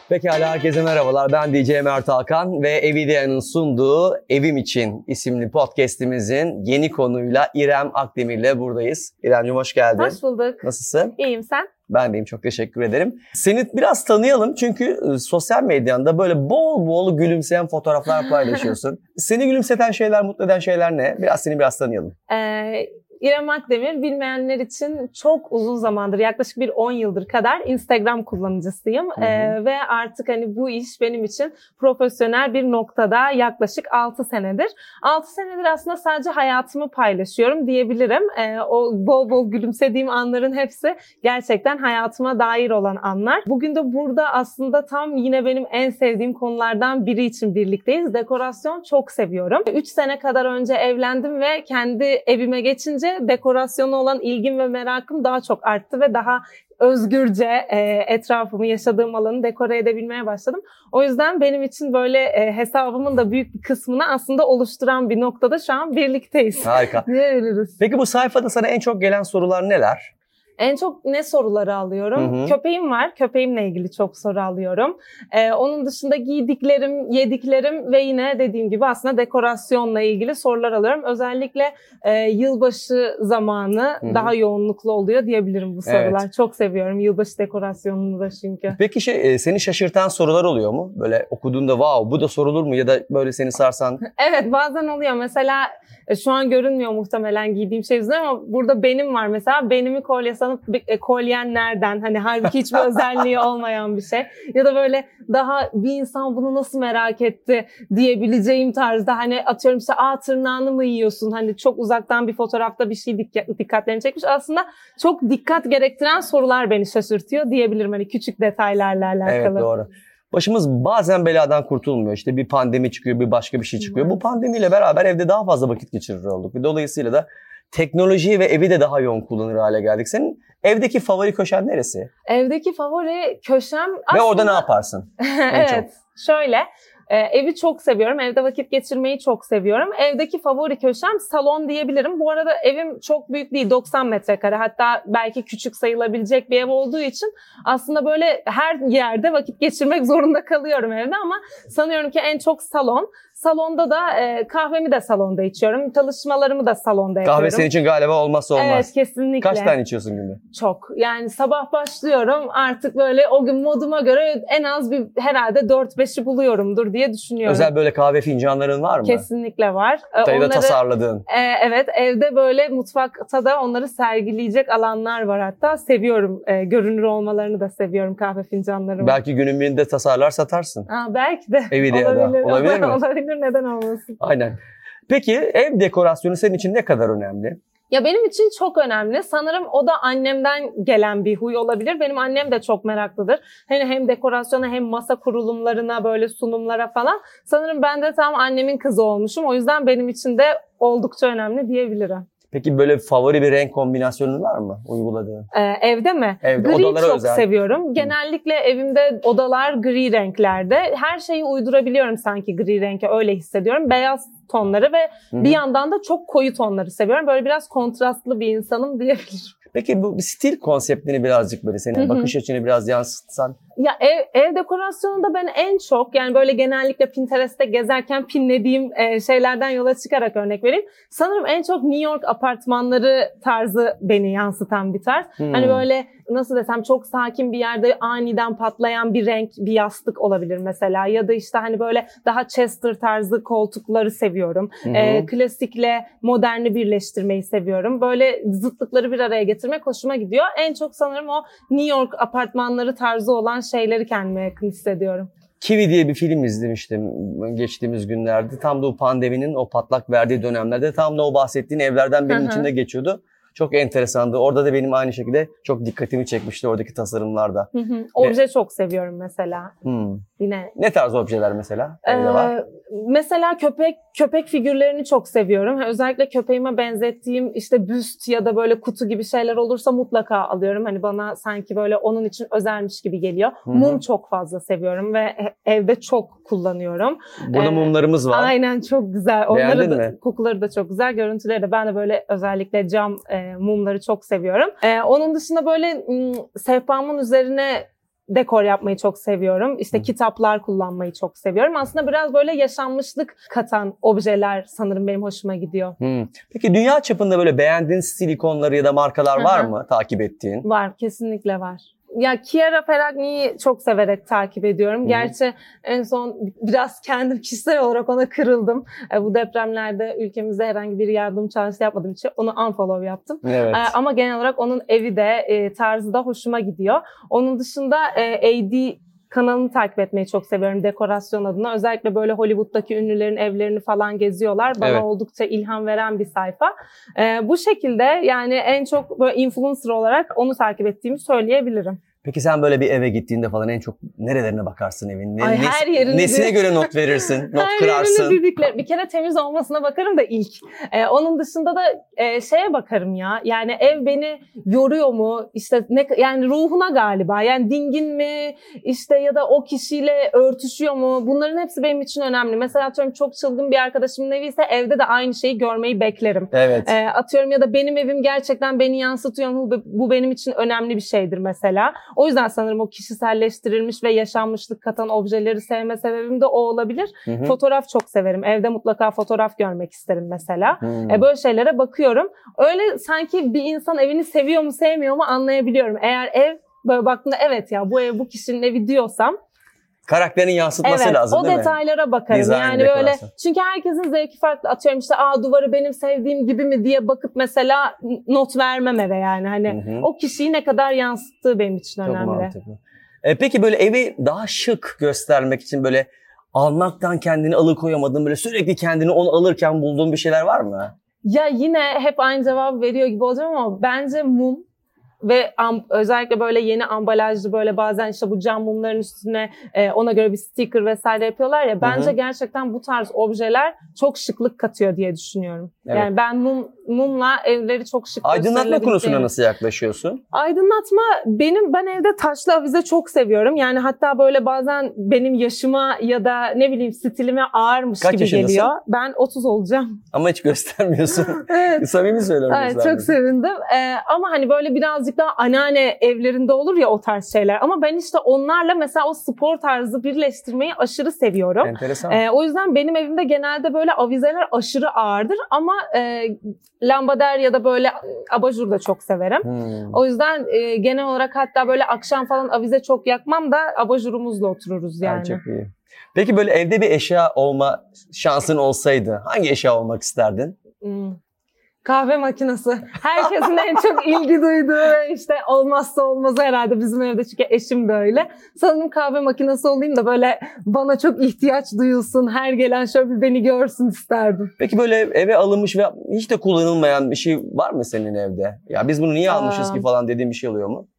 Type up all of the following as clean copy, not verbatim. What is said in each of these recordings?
Pekala herkese merhabalar. Ben DJ Mert Hakan ve Evidea'nın sunduğu Evim İçin isimli podcast'imizin yeni konuyla İrem Akdemir'le buradayız. İremciğim hoş geldin. Hoş bulduk. Nasılsın? İyiyim, sen? Ben deyim, çok teşekkür ederim. Seni biraz tanıyalım çünkü sosyal medyanda böyle bol bol gülümseyen fotoğraflar paylaşıyorsun. Seni gülümseten şeyler, mutlu eden şeyler ne? Seni biraz tanıyalım. İrem Akdemir, bilmeyenler için çok uzun zamandır, yaklaşık bir 10 yıldır kadar Instagram kullanıcısıyım. Ve artık hani bu iş benim için profesyonel bir noktada yaklaşık 6 senedir. 6 senedir aslında sadece hayatımı paylaşıyorum diyebilirim. O bol bol gülümsediğim anların hepsi gerçekten hayatıma dair olan anlar. Bugün de burada aslında tam yine benim en sevdiğim konulardan biri için birlikteyiz. Dekorasyon çok seviyorum. 3 sene kadar önce evlendim ve kendi evime geçince dekorasyona olan ilgim ve merakım daha çok arttı ve daha özgürce etrafımı, yaşadığım alanı dekore edebilmeye başladım. O yüzden benim için böyle hesabımın da büyük bir kısmını aslında oluşturan bir noktada şu an birlikteyiz. Harika. Diyebiliriz. Peki bu sayfada sana en çok gelen sorular neler? En çok ne soruları alıyorum? Köpeğim var. Köpeğimle ilgili çok soru alıyorum. Onun dışında giydiklerim, yediklerim ve yine dediğim gibi aslında dekorasyonla ilgili sorular alıyorum. Özellikle yılbaşı zamanı daha yoğunluklu oluyor diyebilirim bu sorular. Evet. Çok seviyorum yılbaşı dekorasyonunu da çünkü. Peki seni şaşırtan sorular oluyor mu? Böyle okuduğunda wow bu da sorulur mu ya da böyle seni sarsan? Evet, bazen oluyor. Mesela şu an görünmüyor muhtemelen giydiğim şey yüzünden ama burada benim var mesela. Benimi kolyen nereden? Hani halbuki hiçbir özelliği olmayan bir şey. Ya da böyle daha bir insan bunu nasıl merak etti diyebileceğim tarzda hani atıyorum işte tırnağını mı yiyorsun? Hani çok uzaktan bir fotoğrafta bir şey dikkatlerini çekmiş. Aslında çok dikkat gerektiren sorular beni şaşırtıyor diyebilirim. Hani küçük detaylarla alakalı. Evet, doğru. Başımız bazen beladan kurtulmuyor. İşte bir pandemi çıkıyor, bir başka bir şey çıkıyor. Evet. Bu pandemiyle beraber evde daha fazla vakit geçirir olduk. Dolayısıyla da teknolojiyi ve evi de daha yoğun kullanır hale geldik. Senin evdeki favori köşen neresi? Evdeki favori köşem aslında... Ve orada ne yaparsın? Evet, şöyle... Evi çok seviyorum. Evde vakit geçirmeyi çok seviyorum. Evdeki favori köşem salon diyebilirim. Bu arada evim çok büyük değil. 90 metrekare. Hatta belki küçük sayılabilecek bir ev olduğu için aslında böyle her yerde vakit geçirmek zorunda kalıyorum evde ama sanıyorum ki en çok salon. Salonda da kahvemi de salonda içiyorum. Çalışmalarımı da salonda yapıyorum. Kahve senin için galiba olmazsa olmaz. Evet, kesinlikle. Kaç tane içiyorsun günde? Çok. Yani sabah başlıyorum artık böyle o gün moduma göre en az bir herhalde 4-5'i buluyorumdur diye düşünüyorum. Özel böyle kahve fincanların var mı? Kesinlikle var. Onları tasarladığın. Evet, evde böyle mutfakta da onları sergileyecek alanlar var hatta. Seviyorum. Görünür olmalarını da seviyorum kahve fincanlarımı. Belki günün birinde tasarlar satarsın. Belki de. Evidea'da. Olabilir mi? Olabilir, neden olmasın? Aynen. Peki ev dekorasyonu senin için ne kadar önemli? Ya benim için çok önemli. Sanırım o da annemden gelen bir huy olabilir. Benim annem de çok meraklıdır. Hani hem dekorasyona hem masa kurulumlarına, böyle sunumlara falan. Sanırım ben de tam annemin kızı olmuşum. O yüzden benim için de oldukça önemli diyebilirim. Peki böyle favori bir renk kombinasyonun var mı uyguladığın? Evde mi? Evde, gri odalara çok özel. Seviyorum. Genellikle evimde odalar gri renklerde. Her şeyi uydurabiliyorum sanki gri renke, öyle hissediyorum. Beyaz tonları ve bir yandan da çok koyu tonları seviyorum. Böyle biraz kontrastlı bir insanım diyebilirim. Peki bu stil konseptini birazcık böyle senin bakış açını biraz yansıtsan? Ya ev dekorasyonunda ben en çok yani böyle genellikle Pinterest'te gezerken pinlediğim şeylerden yola çıkarak örnek vereyim. Sanırım en çok New York apartmanları tarzı beni yansıtan bir tarz. Hani böyle nasıl desem çok sakin bir yerde aniden patlayan bir renk, bir yastık olabilir mesela. Ya da işte hani böyle daha Chester tarzı koltukları seviyorum. Klasikle moderni birleştirmeyi seviyorum. Böyle zıtlıkları bir araya getirmek hoşuma gidiyor. En çok sanırım o New York apartmanları tarzı olan şeyleri kendime yakın hissediyorum. Kiwi diye bir film izlemiştim geçtiğimiz günlerde. Tam da o pandeminin o patlak verdiği dönemlerde tam da o bahsettiğin evlerden birinin içinde geçiyordu. Çok enteresandı. Orada da benim aynı şekilde çok dikkatimi çekmişti oradaki tasarımlarda. Obje çok seviyorum mesela. Yine. Ne tarz objeler mesela evde var? Mesela köpek figürlerini çok seviyorum. Özellikle köpeğime benzettiğim işte büst ya da böyle kutu gibi şeyler olursa mutlaka alıyorum. Hani bana sanki böyle onun için özelmiş gibi geliyor. Mum çok fazla seviyorum ve evde çok kullanıyorum. Burada mumlarımız var. Aynen, çok güzel. Beğendin mi? Kokuları da çok güzel, görüntüleri de. Ben de böyle özellikle cam mumları çok seviyorum. Onun dışında böyle sehpamın üzerine dekor yapmayı çok seviyorum. İşte kitaplar kullanmayı çok seviyorum. Aslında biraz böyle yaşanmışlık katan objeler sanırım benim hoşuma gidiyor. Peki dünya çapında böyle beğendiğin stil ikonları ya da markalar var mı takip ettiğin? Var, kesinlikle var. Ya Chiara Ferragni'yi çok severek takip ediyorum. Gerçi en son biraz kendim kişisel olarak ona kırıldım. Bu depremlerde ülkemizde herhangi bir yardım çağrısı yapmadığım için onu unfollow yaptım. Evet. Ama genel olarak onun evi de tarzı da hoşuma gidiyor. Onun dışında AD kanalını takip etmeyi çok seviyorum dekorasyon adına. Özellikle böyle Hollywood'daki ünlülerin evlerini falan geziyorlar. Bana oldukça ilham veren bir sayfa. Bu şekilde yani en çok böyle influencer olarak onu takip ettiğimi söyleyebilirim. Peki sen böyle bir eve gittiğinde falan en çok nerelerine bakarsın evin? Her yerini nesine göre not verirsin, not kırarsın? Bir kere temiz olmasına bakarım da ilk. Onun dışında da şeye bakarım ya. Yani ev beni yoruyor mu? İşte yani ruhuna galiba. Yani dingin mi? İşte ya da o kişiyle örtüşüyor mu? Bunların hepsi benim için önemli. Mesela atıyorum çok çılgın bir arkadaşımın evi ise evde de aynı şeyi görmeyi beklerim. Evet. Atıyorum ya da benim evim gerçekten beni yansıtıyor mu? Bu benim için önemli bir şeydir mesela. O yüzden sanırım o kişiselleştirilmiş ve yaşanmışlık katan objeleri sevme sebebim de o olabilir. Fotoğraf çok severim. Evde mutlaka fotoğraf görmek isterim mesela. Böyle şeylere bakıyorum. Öyle sanki bir insan evini seviyor mu sevmiyor mu anlayabiliyorum. Eğer ev böyle baktığında evet ya bu ev bu kişinin evi diyorsam karakterin yansıtması lazım değil mi? O detaylara bakarım. Design, yani dekorasyon. böyle çünkü herkesin zevki farklı. Atıyorum işte duvarı benim sevdiğim gibi mi diye bakıp mesela not vermem eve yani. Hani o kişiyi ne kadar yansıttığı benim için önemli. Çok mantıklı. Peki böyle evi daha şık göstermek için böyle almaktan kendini alıkoyamadığın böyle sürekli kendini onu alırken bulduğun bir şeyler var mı? Ya yine hep aynı cevabı veriyor gibi olacağım ama bence mum ve özellikle böyle yeni ambalajlı böyle bazen işte bu cam mumların üstüne ona göre bir sticker vesaire yapıyorlar ya. Bence gerçekten bu tarz objeler çok şıklık katıyor diye düşünüyorum. Evet. Yani ben mumla evleri çok şık Aydınlatma konusuna nasıl yaklaşıyorsun? Aydınlatma ben evde taşlı avize çok seviyorum. Yani hatta böyle bazen benim yaşıma ya da ne bileyim stilime ağırmış Kaç gibi yaşındasın? geliyor. Ben 30 olacağım. Ama hiç göstermiyorsun. Evet. Samimi söylüyorum. Evet, çok sevindim. Ama hani böyle birazcık daha anneanne evlerinde olur ya o tarz şeyler. Ama ben işte onlarla mesela o spor tarzı birleştirmeyi aşırı seviyorum. Enteresan. O yüzden benim evimde genelde böyle avizeler aşırı ağırdır. Ama lambader ya da böyle abajur da çok severim. O yüzden genel olarak hatta böyle akşam falan avize çok yakmam da abajurumuzla otururuz yani. Çok iyi. Peki böyle evde bir eşya olma şansın olsaydı hangi eşya olmak isterdin? Kahve makinesi. Herkesin en çok ilgi duyduğu işte olmazsa olmazı herhalde bizim evde çünkü eşim de öyle. Sanırım kahve makinesi olayım da böyle bana çok ihtiyaç duyulsun. Her gelen şöyle bir beni görsün isterdim. Peki böyle eve alınmış ve hiç de kullanılmayan bir şey var mı senin evde? Ya biz bunu niye almışız ki falan dediğin bir şey oluyor mu?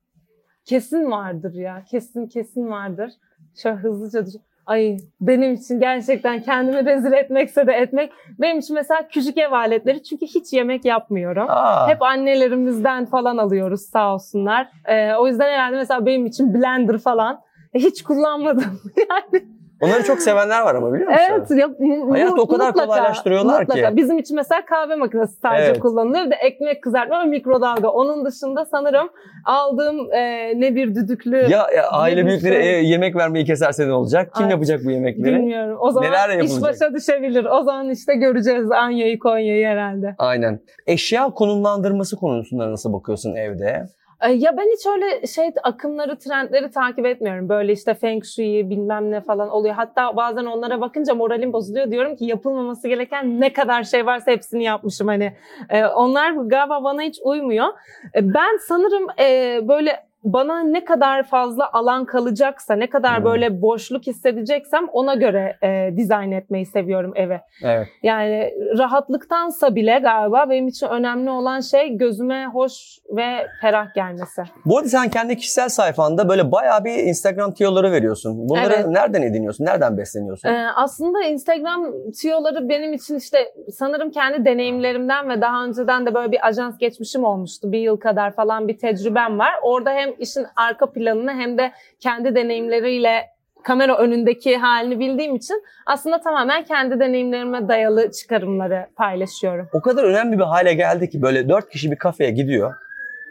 Kesin vardır ya. Kesin vardır. Şöyle hızlıca düşün. Ay benim için gerçekten kendimi rezil etmekse de etmek. Benim için mesela küçük ev aletleri çünkü hiç yemek yapmıyorum. Hep annelerimizden falan alıyoruz sağ olsunlar. O yüzden herhalde mesela benim için blender falan hiç kullanmadım yani. Onları çok sevenler var ama biliyor musun? Evet. Hayatı o kadar kolaylaştırıyorlar ki. Bizim için mesela kahve makinesi sadece kullanılıyor. Bir de ekmek kızartma ve mikrodalga. Onun dışında sanırım aldığım ne bir düdüklü... Ya aile büyükleri yemek vermeyi keserse ne olacak? Kim yapacak bu yemekleri? Bilmiyorum. O zaman iş başa düşebilir. O zaman işte göreceğiz Anya'yı Konya'yı herhalde. Aynen. Eşya konumlandırması konusunda nasıl bakıyorsun evde? Ya ben hiç öyle akımları, trendleri takip etmiyorum. Böyle işte Feng Shui bilmem ne falan oluyor. Hatta bazen onlara bakınca moralim bozuluyor. Diyorum ki yapılmaması gereken ne kadar şey varsa hepsini yapmışım. Hani onlar galiba bana hiç uymuyor. Ben sanırım böyle bana ne kadar fazla alan kalacaksa, ne kadar böyle boşluk hissedeceksem ona göre dizayn etmeyi seviyorum eve. Evet. Yani rahatlıktansa bile galiba benim için önemli olan şey gözüme hoş ve ferah gelmesi. Bu arada sen kendi kişisel sayfanda böyle bayağı bir Instagram tiyoları veriyorsun. Bunları nereden ediniyorsun? Nereden besleniyorsun? Aslında Instagram tiyoları benim için işte sanırım kendi deneyimlerimden ve daha önceden de böyle bir ajans geçmişim olmuştu. 1 yıl kadar falan bir tecrübem var. Orada hem işin arka planını hem de kendi deneyimleriyle kamera önündeki halini bildiğim için aslında tamamen kendi deneyimlerime dayalı çıkarımları paylaşıyorum. O kadar önemli bir hale geldi ki böyle 4 kişi bir kafeye gidiyor.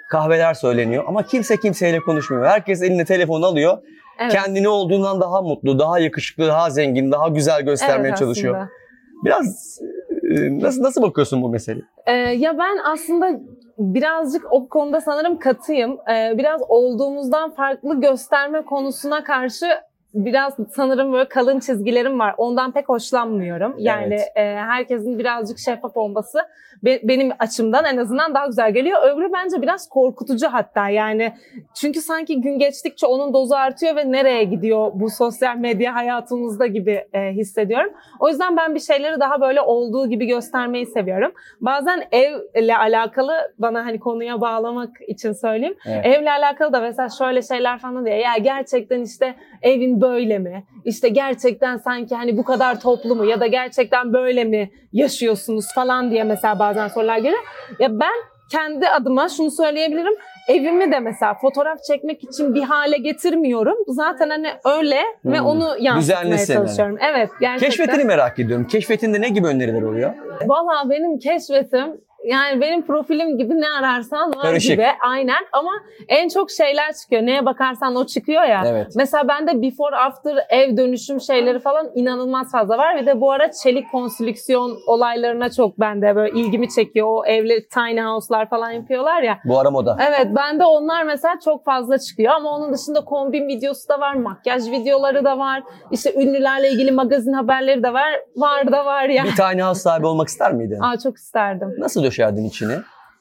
kahveler söyleniyor ama kimse kimseyle konuşmuyor. Herkes eline telefon alıyor. Evet. Kendini olduğundan daha mutlu, daha yakışıklı, daha zengin, daha güzel göstermeye Evet, çalışıyor. aslında. Biraz nasıl bakıyorsun bu meseleye? Ya ben aslında birazcık o konuda sanırım katıyım. Biraz olduğumuzdan farklı gösterme konusuna karşı biraz sanırım böyle kalın çizgilerim var. Ondan pek hoşlanmıyorum. Yani herkesin birazcık şeffaf olması benim açımdan en azından daha güzel geliyor. Öbürü bence biraz korkutucu hatta yani. Çünkü sanki gün geçtikçe onun dozu artıyor ve nereye gidiyor bu sosyal medya hayatımızda gibi hissediyorum. O yüzden ben bir şeyleri daha böyle olduğu gibi göstermeyi seviyorum. Bazen evle alakalı bana hani konuya bağlamak için söyleyeyim. Evet. Evle alakalı da mesela şöyle şeyler falan diyor. Ya gerçekten işte evin böyle mi? İşte gerçekten sanki hani bu kadar toplu mu? Ya da gerçekten böyle mi yaşıyorsunuz falan diye mesela bazen sorular geliyor. Ya ben kendi adıma şunu söyleyebilirim. Evimi de mesela fotoğraf çekmek için bir hale getirmiyorum. Zaten hani öyle ve onu yansıtmaya Düzenlisin çalışıyorum. Evet, gerçekten. Keşfetini merak ediyorum. Keşfetinde ne gibi öneriler oluyor? Valla benim keşfetim yani benim profilim gibi ne ararsan var Karışık. gibi aynen ama en çok şeyler çıkıyor. Neye bakarsan o çıkıyor ya. Evet. Mesela bende before after ev dönüşüm şeyleri falan inanılmaz fazla var. Bir de bu ara çelik konstrüksiyon olaylarına çok bende böyle ilgimi çekiyor. O evli tiny house'lar falan yapıyorlar ya. Bu ara moda. Evet bende onlar mesela çok fazla çıkıyor ama onun dışında kombin videosu da var, makyaj videoları da var. İşte ünlülerle ilgili magazin haberleri de var. Var da var ya. Bir tiny house sahibi olmak ister miydin? Aa çok isterdim. Nasıl döşerdin içini?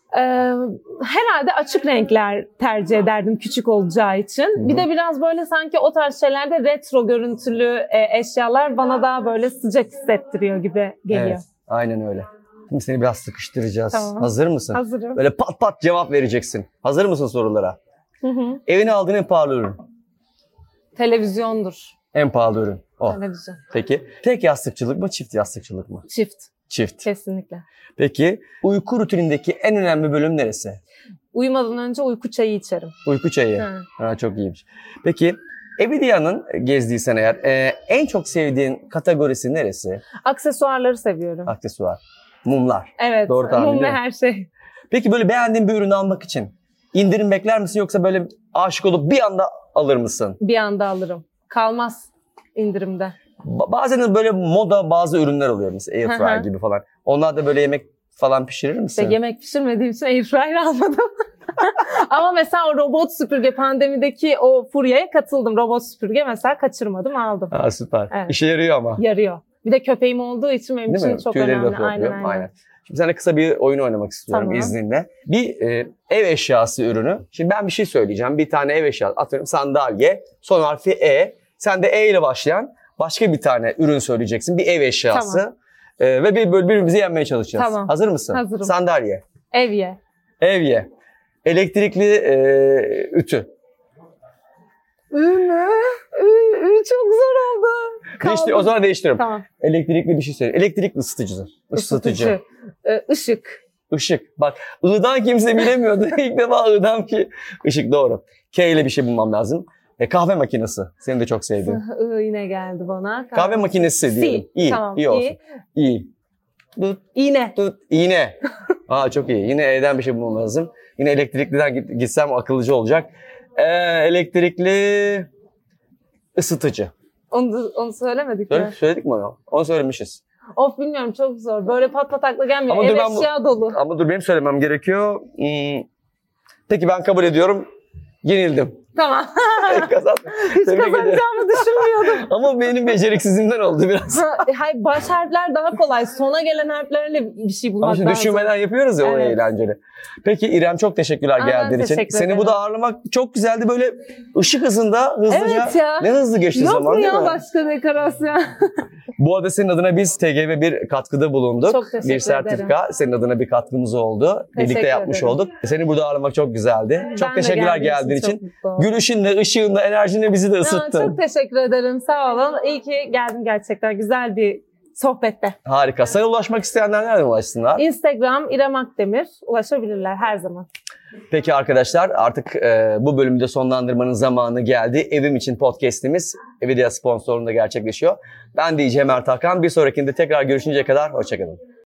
Herhalde açık renkler tercih ederdim küçük olacağı için. Hı-hı. Bir de biraz böyle sanki o tarz şeylerde retro görüntülü eşyalar bana daha böyle sıcak hissettiriyor gibi geliyor. Evet, aynen öyle. Şimdi seni biraz sıkıştıracağız. Tamam. Hazır mısın? Hazırım. Böyle pat pat cevap vereceksin. Hazır mısın sorulara? Hı. Evine aldığın en pahalı ürün. Televizyondur. En pahalı ürün. O. Televizyon. Peki. Tek yastıkçılık mı, çift yastıkçılık mı? Çift. Çift. Kesinlikle. Peki. Uyku rutinindeki en önemli bölüm neresi? Uyumadan önce uyku çayı içerim. Uyku çayı. Hı. Ha, çok iyiymiş. Peki. Evidia'nın gezdiysen eğer en çok sevdiğin kategorisi neresi? Aksesuarları seviyorum. Aksesuar. Mumlar. Evet. Doğru tahmin mum ve değil mi? her şey. Peki böyle beğendiğin bir ürünü almak için indirim bekler misin yoksa böyle aşık olup bir anda alır mısın? Bir anda alırım. Kalmaz indirimde. Bazen de böyle moda bazı ürünler oluyor mesela Hı airfryer hı. gibi falan. Onlar da böyle yemek falan pişirir misin? İşte yemek pişirmediğim için airfryer almadım. Ama mesela o robot süpürge pandemideki o furyaya katıldım. Robot süpürge mesela kaçırmadım aldım. Ha, süper. Evet. İşe yarıyor ama. Yarıyor. Bir de köpeğim olduğu için benim Değil için mi? çok Tüyleri de önemli. topluyor. Aynen. Şimdi seninle kısa bir oyun oynamak istiyorum Tamam. izninle. Bir ev eşyası ürünü. Şimdi ben bir şey söyleyeceğim. Bir tane ev eşyası. Atıyorum sandalye. Son harfi E. Sen de E ile başlayan başka bir tane ürün söyleyeceksin. Bir ev eşyası. Tamam. Ve birbirimizi yenmeye çalışacağız. Tamam. Hazır mısın? Hazırım. Sandalye. Evye. Evye. Elektrikli ütü. Çok zor oldu. O zaman değiştiriyorum. Tamam. Elektrikli bir şey söyle. Elektrikli ısıtıcı. Isıtıcı. Işık. Işık. Bak I'dan kimse bilemiyordu. İlk defa I'dan ki ışık doğru. K ile bir şey bulmam lazım. Kahve makinesi. Senin de çok sevdiğin. Yine geldi bana. Kahve makinesi diyelim. İyi. Tamam. İyi olsun. İyi. İğne. İğne. Aa çok iyi. Yine E'den bir şey bulmam lazım. Yine elektrikliden gitsem akıllıcı olacak. Elektrikli ısıtıcı. Onu söylemedik mi? Söyledik mi onu? Onu söylemişiz. Of bilmiyorum çok zor. Böyle pat pat akla gelmiyor. Ama dur, Ev ben eşya dolu. Ama dur benim söylemem gerekiyor. Peki ben kabul ediyorum. Yenildim. Tamam. Kazandım. Hiç Tebrik ederim. kazanacağımı düşünmüyordum. Ama benim beceriksizliğimden oldu biraz. Hayır, baş harfler daha kolay. Sona gelen harflerle bir şey bulmak Ama şimdi lazım. düşünmeden yapıyoruz ya o Evet. eğlenceli. Peki İrem çok teşekkürler Ben geldiğin için. teşekkür Seni ederim. burada ağırlamak çok güzeldi. Böyle ışık hızında hızlıca. Evet ya. Ne hızlı geçti Yok zaman mu değil ya mi? başka dekorasyon? Bu arada senin adına biz TGV bir katkıda bulunduk. Çok teşekkür bir sertifika. Senin adına bir katkımız oldu. Birlikte Teşekkür yapmış ederim. olduk. Seni burada ağırlamak çok güzeldi. Çok Ben de teşekkürler geldiğin çok için. mutlu oldum. Gülüşünle, ışığınla, enerjinle bizi de Ya, ısıttın. çok teşekkür ederim. Sağ olun. İyi ki geldin gerçekten. Güzel bir sohbette. Harika. Sana ulaşmak isteyenler nereden ulaşsınlar? Instagram İrem Akdemir. Ulaşabilirler her zaman. Peki arkadaşlar artık bu bölümü de sonlandırmanın zamanı geldi. Evim için podcast'imiz Evidia sponsorluğunda gerçekleşiyor. Ben DJ Mert Hakan. Bir sonrakinde tekrar görüşünceye kadar hoşçakalın.